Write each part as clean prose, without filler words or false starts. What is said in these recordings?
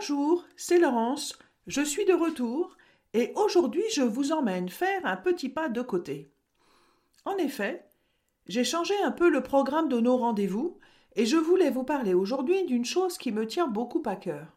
Bonjour, c'est Laurence, je suis de retour et aujourd'hui je vous emmène faire un petit pas de côté. En effet, j'ai changé un peu le programme de nos rendez-vous et je voulais vous parler aujourd'hui d'une chose qui me tient beaucoup à cœur.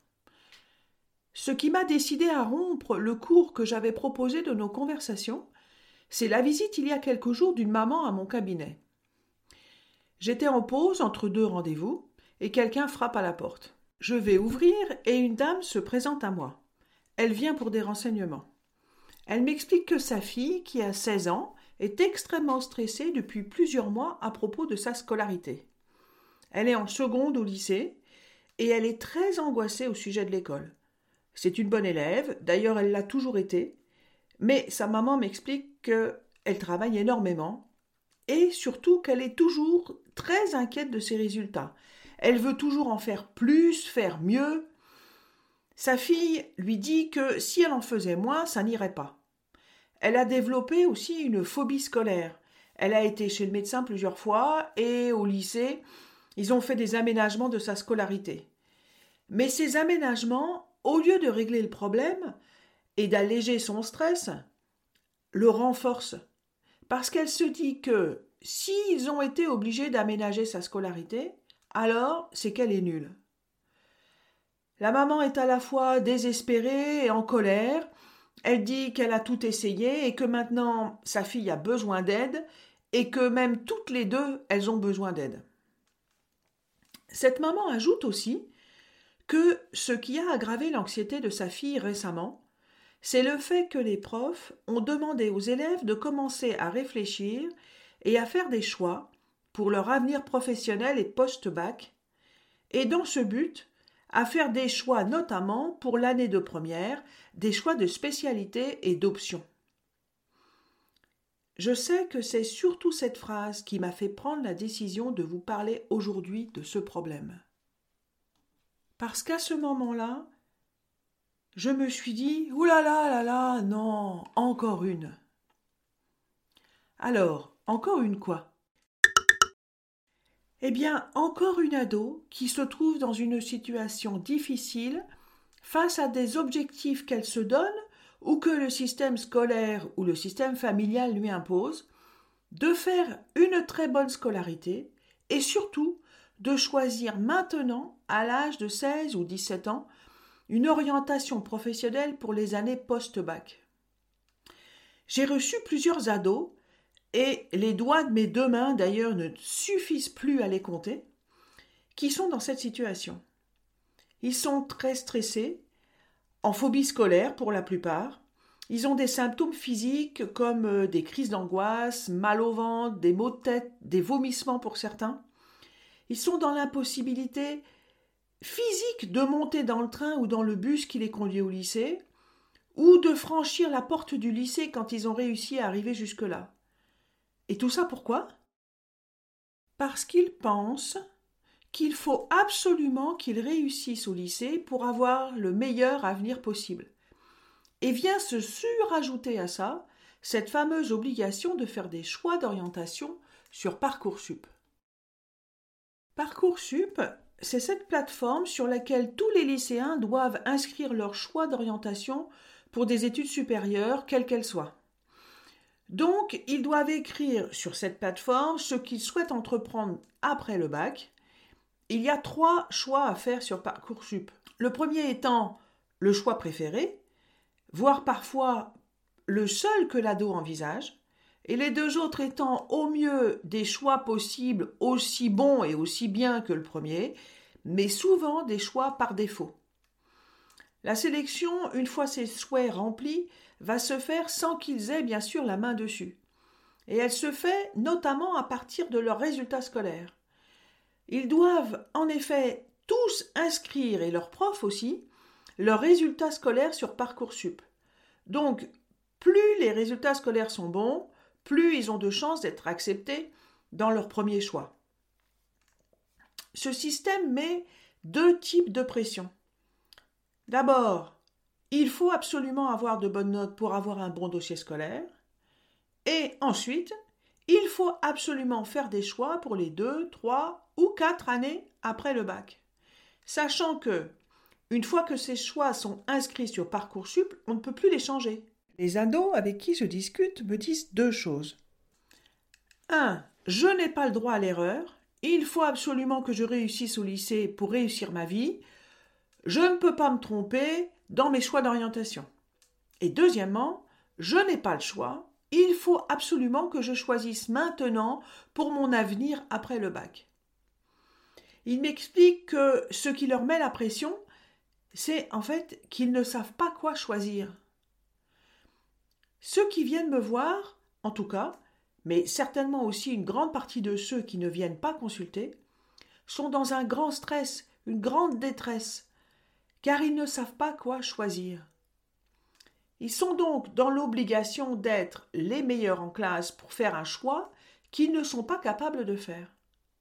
Ce qui m'a décidé à rompre le cours que j'avais proposé de nos conversations, c'est la visite il y a quelques jours d'une maman à mon cabinet. J'étais en pause entre deux rendez-vous et quelqu'un frappe à la porte. Je vais ouvrir et une dame se présente à moi. Elle vient pour des renseignements. Elle m'explique que sa fille, qui a 16 ans, est extrêmement stressée depuis plusieurs mois à propos de sa scolarité. Elle est en seconde au lycée et elle est très angoissée au sujet de l'école. C'est une bonne élève, d'ailleurs elle l'a toujours été, mais sa maman m'explique qu'elle travaille énormément et surtout qu'elle est toujours très inquiète de ses résultats. Elle veut toujours en faire plus, faire mieux. Sa fille lui dit que si elle en faisait moins, ça n'irait pas. Elle a développé aussi une phobie scolaire. Elle a été chez le médecin plusieurs fois et au lycée, ils ont fait des aménagements de sa scolarité. Mais ces aménagements, au lieu de régler le problème et d'alléger son stress, le renforcent. Parce qu'elle se dit que s'ils ont été obligés d'aménager sa scolarité, alors c'est qu'elle est nulle. La maman est à la fois désespérée et en colère. Elle dit qu'elle a tout essayé et que maintenant sa fille a besoin d'aide et que même toutes les deux, elles ont besoin d'aide. Cette maman ajoute aussi que ce qui a aggravé l'anxiété de sa fille récemment, c'est le fait que les profs ont demandé aux élèves de commencer à réfléchir et à faire des choix pour leur avenir professionnel et post-bac, et dans ce but, à faire des choix notamment pour l'année de première, des choix de spécialité et d'options. Je sais que c'est surtout cette phrase qui m'a fait prendre la décision de vous parler aujourd'hui de ce problème. Parce qu'à ce moment-là, je me suis dit « Ouh là là là là, non, encore une !» Alors, encore une quoi ? Eh bien, encore une ado qui se trouve dans une situation difficile face à des objectifs qu'elle se donne ou que le système scolaire ou le système familial lui impose, de faire une très bonne scolarité et surtout de choisir maintenant, à l'âge de 16 ou 17 ans, une orientation professionnelle pour les années post-bac. J'ai reçu plusieurs ados et les doigts de mes deux mains d'ailleurs ne suffisent plus à les compter, qui sont dans cette situation. Ils sont très stressés, en phobie scolaire pour la plupart. Ils ont des symptômes physiques comme des crises d'angoisse, mal au ventre, des maux de tête, des vomissements pour certains. Ils sont dans l'impossibilité physique de monter dans le train ou dans le bus qui les conduit au lycée, ou de franchir la porte du lycée quand ils ont réussi à arriver jusque-là. Et tout ça pourquoi ? Parce qu'ils pensent qu'il faut absolument qu'ils réussissent au lycée pour avoir le meilleur avenir possible. Et vient se surajouter à ça cette fameuse obligation de faire des choix d'orientation sur Parcoursup. Parcoursup, c'est cette plateforme sur laquelle tous les lycéens doivent inscrire leur choix d'orientation pour des études supérieures, quelles qu'elles soient. Donc, ils doivent écrire sur cette plateforme ce qu'ils souhaitent entreprendre après le bac. Il y a 3 choix à faire sur Parcoursup. Le premier étant le choix préféré, voire parfois le seul que l'ado envisage, et les 2 autres étant au mieux des choix possibles aussi bons et aussi bien que le premier, mais souvent des choix par défaut. La sélection, une fois ces souhaits remplis, va se faire sans qu'ils aient bien sûr la main dessus. Et elle se fait notamment à partir de leurs résultats scolaires. Ils doivent en effet tous inscrire, et leurs profs aussi, leurs résultats scolaires sur Parcoursup. Donc, plus les résultats scolaires sont bons, plus ils ont de chances d'être acceptés dans leur premier choix. Ce système met 2 types de pression. D'abord, il faut absolument avoir de bonnes notes pour avoir un bon dossier scolaire. Et ensuite, il faut absolument faire des choix pour les 2, 3 ou 4 années après le bac. Sachant que, Une fois que ces choix sont inscrits sur Parcoursup, on ne peut plus les changer. Les ados avec qui je discute me disent 2 choses. 1. Je n'ai pas le droit à l'erreur. Il faut absolument que je réussisse au lycée pour réussir ma vie. Je ne peux pas me tromper dans mes choix d'orientation. Et deuxièmement, je n'ai pas le choix. Il faut absolument que je choisisse maintenant pour mon avenir après le bac. Ils m'expliquent que ce qui leur met la pression, c'est en fait qu'ils ne savent pas quoi choisir. Ceux qui viennent me voir, en tout cas, mais certainement aussi une grande partie de ceux qui ne viennent pas consulter, sont dans un grand stress, une grande détresse, car ils ne savent pas quoi choisir. Ils sont donc dans l'obligation d'être les meilleurs en classe pour faire un choix qu'ils ne sont pas capables de faire.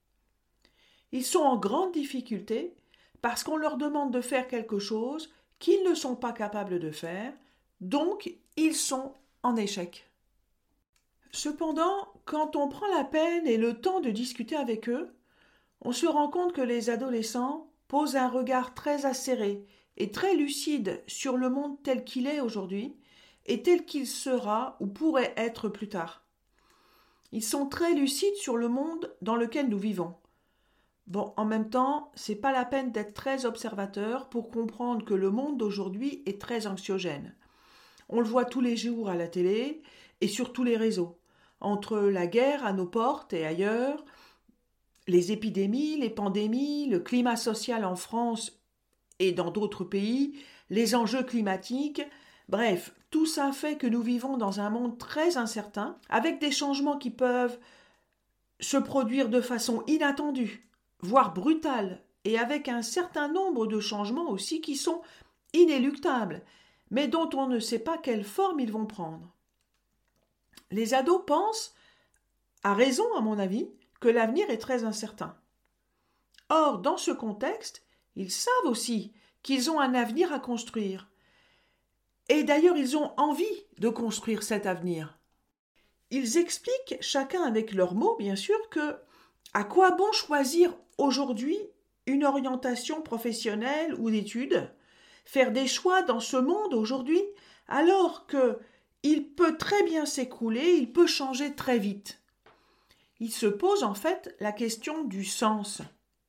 Ils sont en grande difficulté parce qu'on leur demande de faire quelque chose qu'ils ne sont pas capables de faire, donc ils sont en échec. Cependant, quand on prend la peine et le temps de discuter avec eux, on se rend compte que les adolescents posent un regard très acéré et très lucide sur le monde tel qu'il est aujourd'hui et tel qu'il sera ou pourrait être plus tard. Ils sont très lucides sur le monde dans lequel nous vivons. Bon, en même temps, c'est pas la peine d'être très observateur pour comprendre que le monde d'aujourd'hui est très anxiogène. On le voit tous les jours à la télé et sur tous les réseaux. Entre la guerre à nos portes et ailleurs, les épidémies, les pandémies, le climat social en France et dans d'autres pays, les enjeux climatiques, bref, tout ça fait que nous vivons dans un monde très incertain, avec des changements qui peuvent se produire de façon inattendue, voire brutale, et avec un certain nombre de changements aussi qui sont inéluctables, mais dont on ne sait pas quelle forme ils vont prendre. Les ados pensent, à raison à mon avis, que l'avenir est très incertain. Or, dans ce contexte, ils savent aussi qu'ils ont un avenir à construire. Et d'ailleurs, ils ont envie de construire cet avenir. Ils expliquent, chacun avec leurs mots, bien sûr, que à quoi bon choisir aujourd'hui une orientation professionnelle ou d'études, faire des choix dans ce monde aujourd'hui, alors que il peut très bien s'écrouler, il peut changer très vite. Il se pose en fait la question du sens.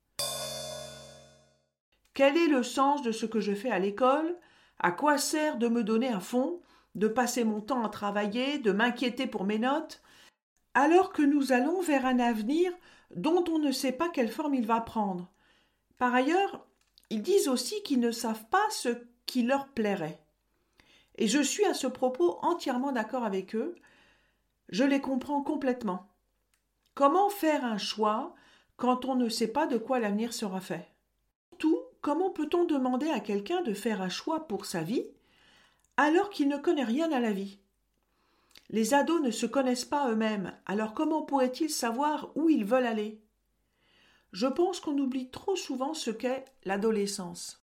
Quel est le sens de ce que je fais à l'école? À quoi sert de me donner à fond, de passer mon temps à travailler, de m'inquiéter pour mes notes, alors que nous allons vers un avenir dont on ne sait pas quelle forme il va prendre? Par ailleurs, ils disent aussi qu'ils ne savent pas ce qui leur plairait. Et je suis à ce propos entièrement d'accord avec eux. Je les comprends complètement. Comment faire un choix quand on ne sait pas de quoi l'avenir sera fait? Surtout, comment peut-on demander à quelqu'un de faire un choix pour sa vie alors qu'il ne connaît rien à la vie? Les ados ne se connaissent pas eux-mêmes, alors comment pourraient-ils savoir où ils veulent aller? Je pense qu'on oublie trop souvent ce qu'est l'adolescence.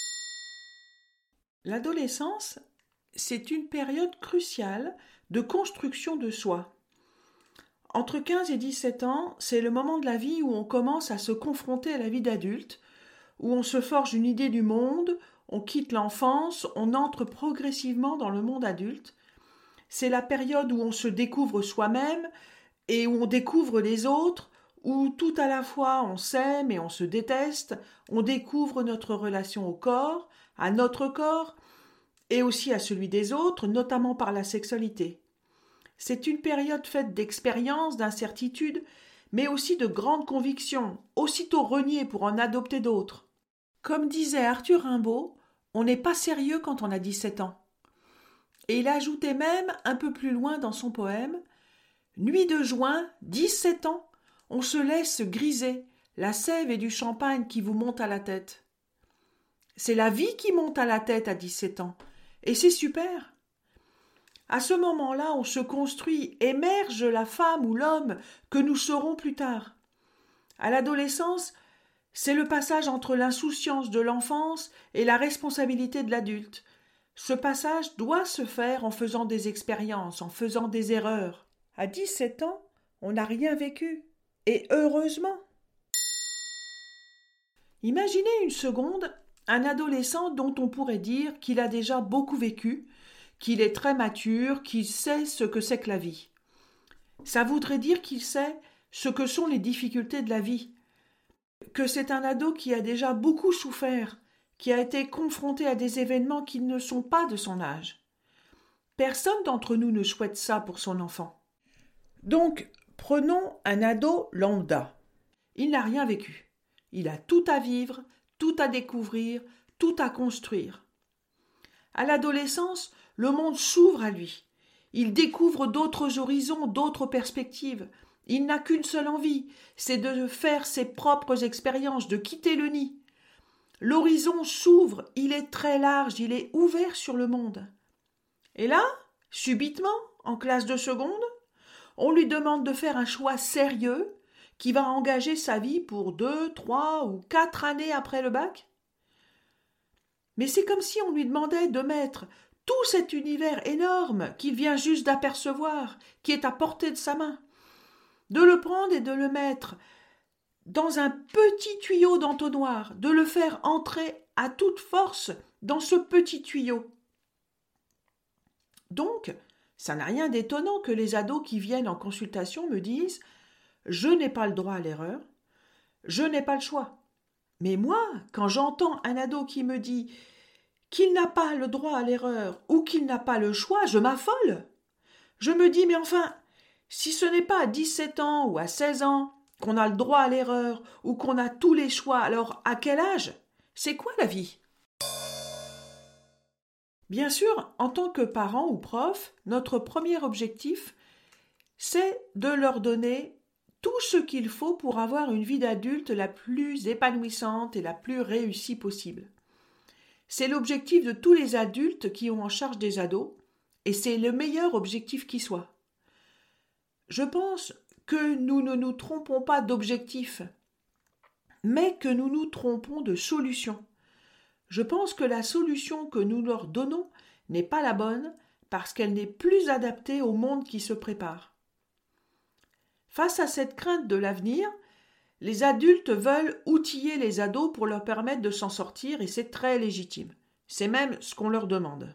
L'adolescence, c'est une période cruciale de construction de soi. Entre 15 et 17 ans, c'est le moment de la vie où on commence à se confronter à la vie d'adulte, où on se forge une idée du monde, on quitte l'enfance, on entre progressivement dans le monde adulte. C'est la période où on se découvre soi-même et où on découvre les autres, où tout à la fois on s'aime et on se déteste, on découvre notre relation au corps, à notre corps, et aussi à celui des autres, notamment par la sexualité. C'est une période faite d'expériences, d'incertitudes, mais aussi de grandes convictions, aussitôt reniées pour en adopter d'autres. Comme disait Arthur Rimbaud, on n'est pas sérieux quand on a 17 ans. Et il ajoutait même, un peu plus loin dans son poème, « Nuit de juin, 17 ans, on se laisse griser, la sève et du champagne qui vous monte à la tête. » C'est la vie qui monte à la tête à 17 ans. Et c'est super. À ce moment-là, on se construit, émerge la femme ou l'homme que nous serons plus tard. À l'adolescence, c'est le passage entre l'insouciance de l'enfance et la responsabilité de l'adulte. Ce passage doit se faire en faisant des expériences, en faisant des erreurs. À 17 ans, on n'a rien vécu. Et heureusement. Imaginez une seconde un adolescent dont on pourrait dire qu'il a déjà beaucoup vécu, qu'il est très mature, qu'il sait ce que c'est que la vie. Ça voudrait dire qu'il sait ce que sont les difficultés de la vie, que c'est un ado qui a déjà beaucoup souffert, qui a été confronté à des événements qui ne sont pas de son âge. Personne d'entre nous ne souhaite ça pour son enfant. Donc, prenons un ado lambda. Il n'a rien vécu. Il a tout à vivre, tout à découvrir, tout à construire. À l'adolescence, le monde s'ouvre à lui. Il découvre d'autres horizons, d'autres perspectives. Il n'a qu'une seule envie, c'est de faire ses propres expériences, de quitter le nid. L'horizon s'ouvre, il est très large, il est ouvert sur le monde. Et là, subitement, en classe de seconde, on lui demande de faire un choix sérieux qui va engager sa vie pour 2, 3 ou 4 années après le bac. Mais c'est comme si on lui demandait de mettre tout cet univers énorme qu'il vient juste d'apercevoir, qui est à portée de sa main, de le prendre et de le mettre dans un petit tuyau d'entonnoir, de le faire entrer à toute force dans ce petit tuyau. Donc, ça n'a rien d'étonnant que les ados qui viennent en consultation me disent « Je n'ai pas le droit à l'erreur, je n'ai pas le choix ». Mais moi, quand j'entends un ado qui me dit qu'il n'a pas le droit à l'erreur ou qu'il n'a pas le choix, je m'affole. Je me dis « Mais enfin, si ce n'est pas à 17 ans ou à 16 ans qu'on a le droit à l'erreur ou qu'on a tous les choix, alors à quel âge? C'est quoi la vie ?» Bien sûr, en tant que parents ou profs, notre premier objectif, c'est de leur donner tout ce qu'il faut pour avoir une vie d'adulte la plus épanouissante et la plus réussie possible. C'est l'objectif de tous les adultes qui ont en charge des ados, et c'est le meilleur objectif qui soit. Je pense que nous ne nous trompons pas d'objectif, mais que nous nous trompons de solution. Je pense que la solution que nous leur donnons n'est pas la bonne parce qu'elle n'est plus adaptée au monde qui se prépare. Face à cette crainte de l'avenir, les adultes veulent outiller les ados pour leur permettre de s'en sortir et c'est très légitime. C'est même ce qu'on leur demande.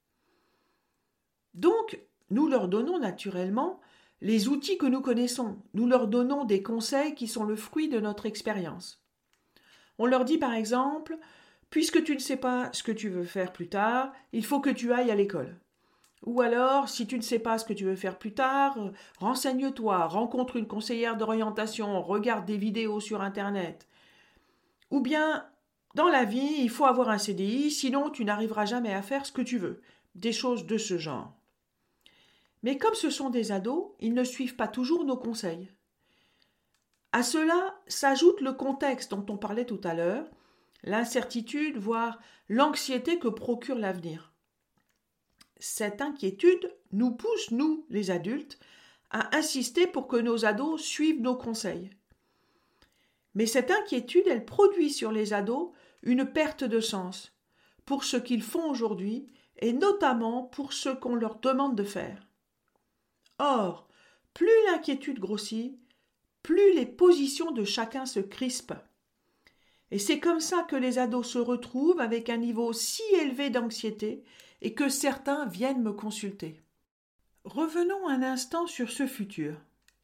Donc, nous leur donnons naturellement les outils que nous connaissons. Nous leur donnons des conseils qui sont le fruit de notre expérience. On leur dit par exemple « Puisque tu ne sais pas ce que tu veux faire plus tard, il faut que tu ailles à l'école. » Ou alors, si tu ne sais pas ce que tu veux faire plus tard, renseigne-toi, rencontre une conseillère d'orientation, regarde des vidéos sur Internet. Ou bien, dans la vie, il faut avoir un CDI, sinon tu n'arriveras jamais à faire ce que tu veux. Des choses de ce genre. Mais comme ce sont des ados, ils ne suivent pas toujours nos conseils. À cela s'ajoute le contexte dont on parlait tout à l'heure, l'incertitude, voire l'anxiété que procure l'avenir. Cette inquiétude nous pousse, nous, les adultes, à insister pour que nos ados suivent nos conseils. Mais cette inquiétude, elle produit sur les ados une perte de sens pour ce qu'ils font aujourd'hui et notamment pour ce qu'on leur demande de faire. Or, plus l'inquiétude grossit, plus les positions de chacun se crispent. Et c'est comme ça que les ados se retrouvent avec un niveau si élevé d'anxiété et que certains viennent me consulter. Revenons un instant sur ce futur.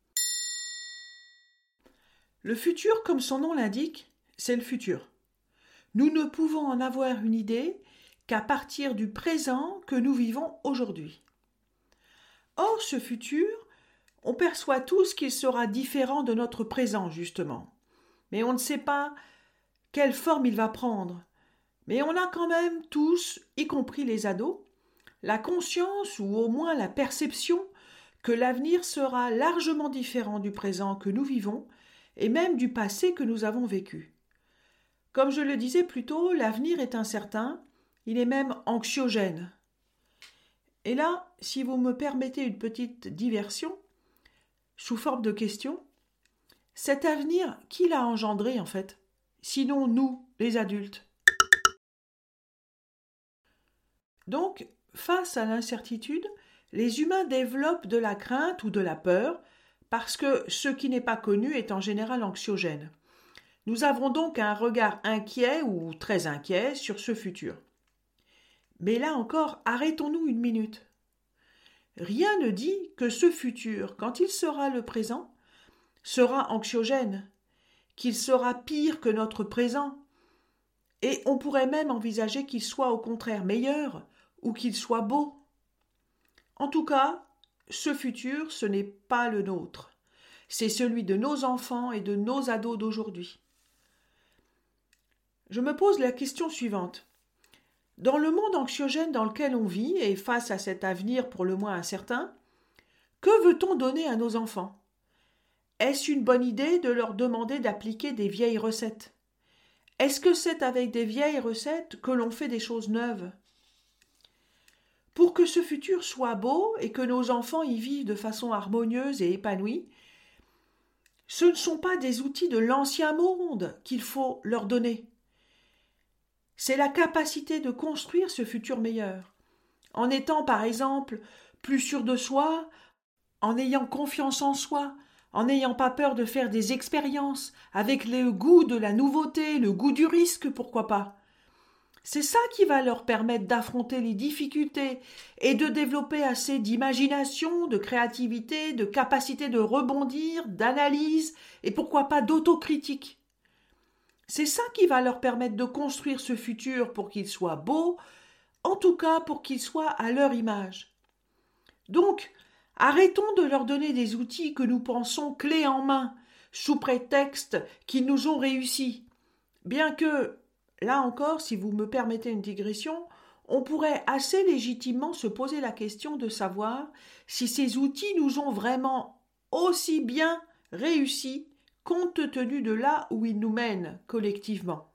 Le futur, comme son nom l'indique, c'est le futur. Nous ne pouvons en avoir une idée qu'à partir du présent que nous vivons aujourd'hui. Or, ce futur, on perçoit tous qu'il sera différent de notre présent, justement. Mais on ne sait pas quelle forme il va prendre. Mais on a quand même tous, y compris les ados, la conscience ou au moins la perception que l'avenir sera largement différent du présent que nous vivons et même du passé que nous avons vécu. Comme je le disais plus tôt, l'avenir est incertain, il est même anxiogène. Et là, si vous me permettez une petite diversion, sous forme de question, cet avenir, qui l'a engendré en fait? Sinon nous, les adultes. Donc, face à l'incertitude, les humains développent de la crainte ou de la peur, parce que ce qui n'est pas connu est en général anxiogène. Nous avons donc un regard inquiet ou très inquiet sur ce futur. Mais là encore, arrêtons-nous une minute. Rien ne dit que ce futur, quand il sera le présent, sera anxiogène, qu'il sera pire que notre présent, et on pourrait même envisager qu'il soit au contraire meilleur ou qu'il soit beau. En tout cas, ce futur, ce n'est pas le nôtre. C'est celui de nos enfants et de nos ados d'aujourd'hui. Je me pose la question suivante. Dans le monde anxiogène dans lequel on vit et face à cet avenir pour le moins incertain, que veut-on donner à nos enfants ? Est-ce une bonne idée de leur demander d'appliquer des vieilles recettes ? Est-ce que c'est avec des vieilles recettes que l'on fait des choses neuves ? Pour que ce futur soit beau et que nos enfants y vivent de façon harmonieuse et épanouie, ce ne sont pas des outils de l'ancien monde qu'il faut leur donner. C'est la capacité de construire ce futur meilleur, en étant par exemple plus sûr de soi, en ayant confiance en soi, en n'ayant pas peur de faire des expériences, avec le goût de la nouveauté, le goût du risque, pourquoi pas. C'est ça qui va leur permettre d'affronter les difficultés et de développer assez d'imagination, de créativité, de capacité de rebondir, d'analyse et pourquoi pas d'autocritique. C'est ça qui va leur permettre de construire ce futur pour qu'il soit beau, en tout cas pour qu'il soit à leur image. Donc, arrêtons de leur donner des outils que nous pensons clés en main, sous prétexte qu'ils nous ont réussi. Bien que, là encore, si vous me permettez une digression, on pourrait assez légitimement se poser la question de savoir si ces outils nous ont vraiment aussi bien réussi compte tenu de là où ils nous mènent collectivement.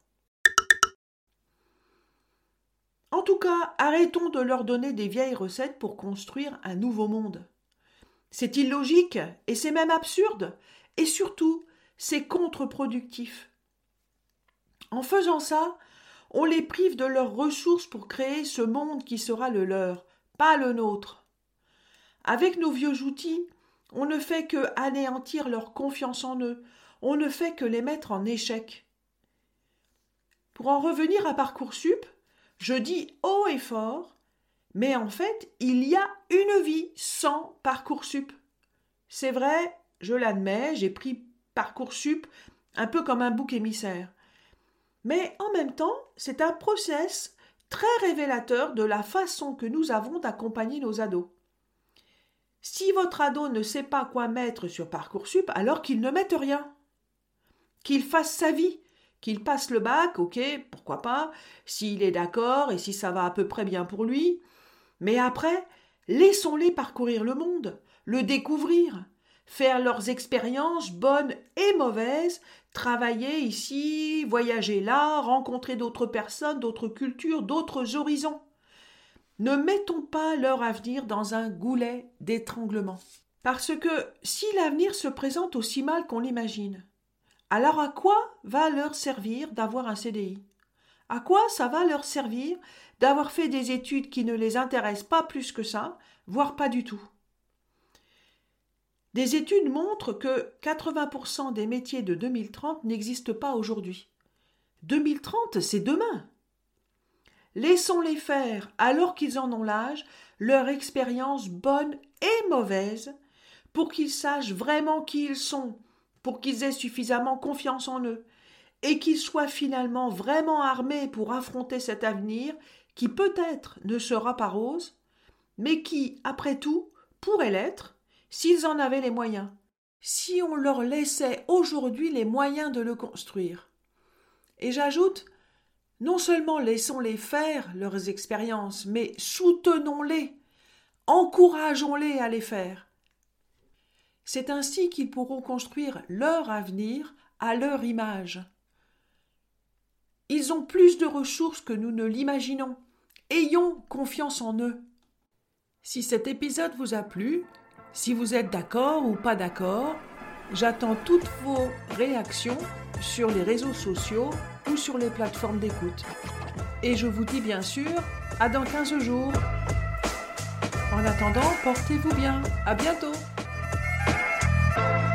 En tout cas, arrêtons de leur donner des vieilles recettes pour construire un nouveau monde. C'est illogique et c'est même absurde et surtout, c'est contre-productif. En faisant ça, on les prive de leurs ressources pour créer ce monde qui sera le leur, pas le nôtre. Avec nos vieux outils, on ne fait que anéantir leur confiance en eux, on ne fait que les mettre en échec. Pour en revenir à Parcoursup, je dis haut et fort, mais en fait, il y a une vie sans Parcoursup. C'est vrai, je l'admets, j'ai pris Parcoursup un peu comme un bouc émissaire. Mais en même temps, c'est un process très révélateur de la façon que nous avons d'accompagner nos ados. Si votre ado ne sait pas quoi mettre sur Parcoursup, alors qu'il ne mette rien. Qu'il fasse sa vie, qu'il passe le bac, ok, pourquoi pas, s'il est d'accord et si ça va à peu près bien pour lui. Mais après, laissons-les parcourir le monde, le découvrir, faire leurs expériences bonnes et mauvaises, travailler ici, voyager là, rencontrer d'autres personnes, d'autres cultures, d'autres horizons. Ne mettons pas leur avenir dans un goulet d'étranglement. Parce que si l'avenir se présente aussi mal qu'on l'imagine, alors à quoi va leur servir d'avoir un CDI ? À quoi ça va leur servir d'avoir fait des études qui ne les intéressent pas plus que ça, voire pas du tout ? Des études montrent que 80% des métiers de 2030 n'existent pas aujourd'hui. 2030, c'est demain. Laissons-les faire, alors qu'ils en ont l'âge, leur expérience bonne et mauvaise, pour qu'ils sachent vraiment qui ils sont, pour qu'ils aient suffisamment confiance en eux, et qu'ils soient finalement vraiment armés pour affronter cet avenir qui peut-être ne sera pas rose, mais qui, après tout, pourrait l'être, s'ils en avaient les moyens, si on leur laissait aujourd'hui les moyens de le construire. Et j'ajoute, non seulement laissons-les faire leurs expériences, mais soutenons-les, encourageons-les à les faire. C'est ainsi qu'ils pourront construire leur avenir à leur image. Ils ont plus de ressources que nous ne l'imaginons. Ayons confiance en eux. Si cet épisode vous a plu, si vous êtes d'accord ou pas d'accord, j'attends toutes vos réactions sur les réseaux sociaux ou sur les plateformes d'écoute. Et je vous dis bien sûr, à dans 15 jours. En attendant, portez-vous bien. À bientôt.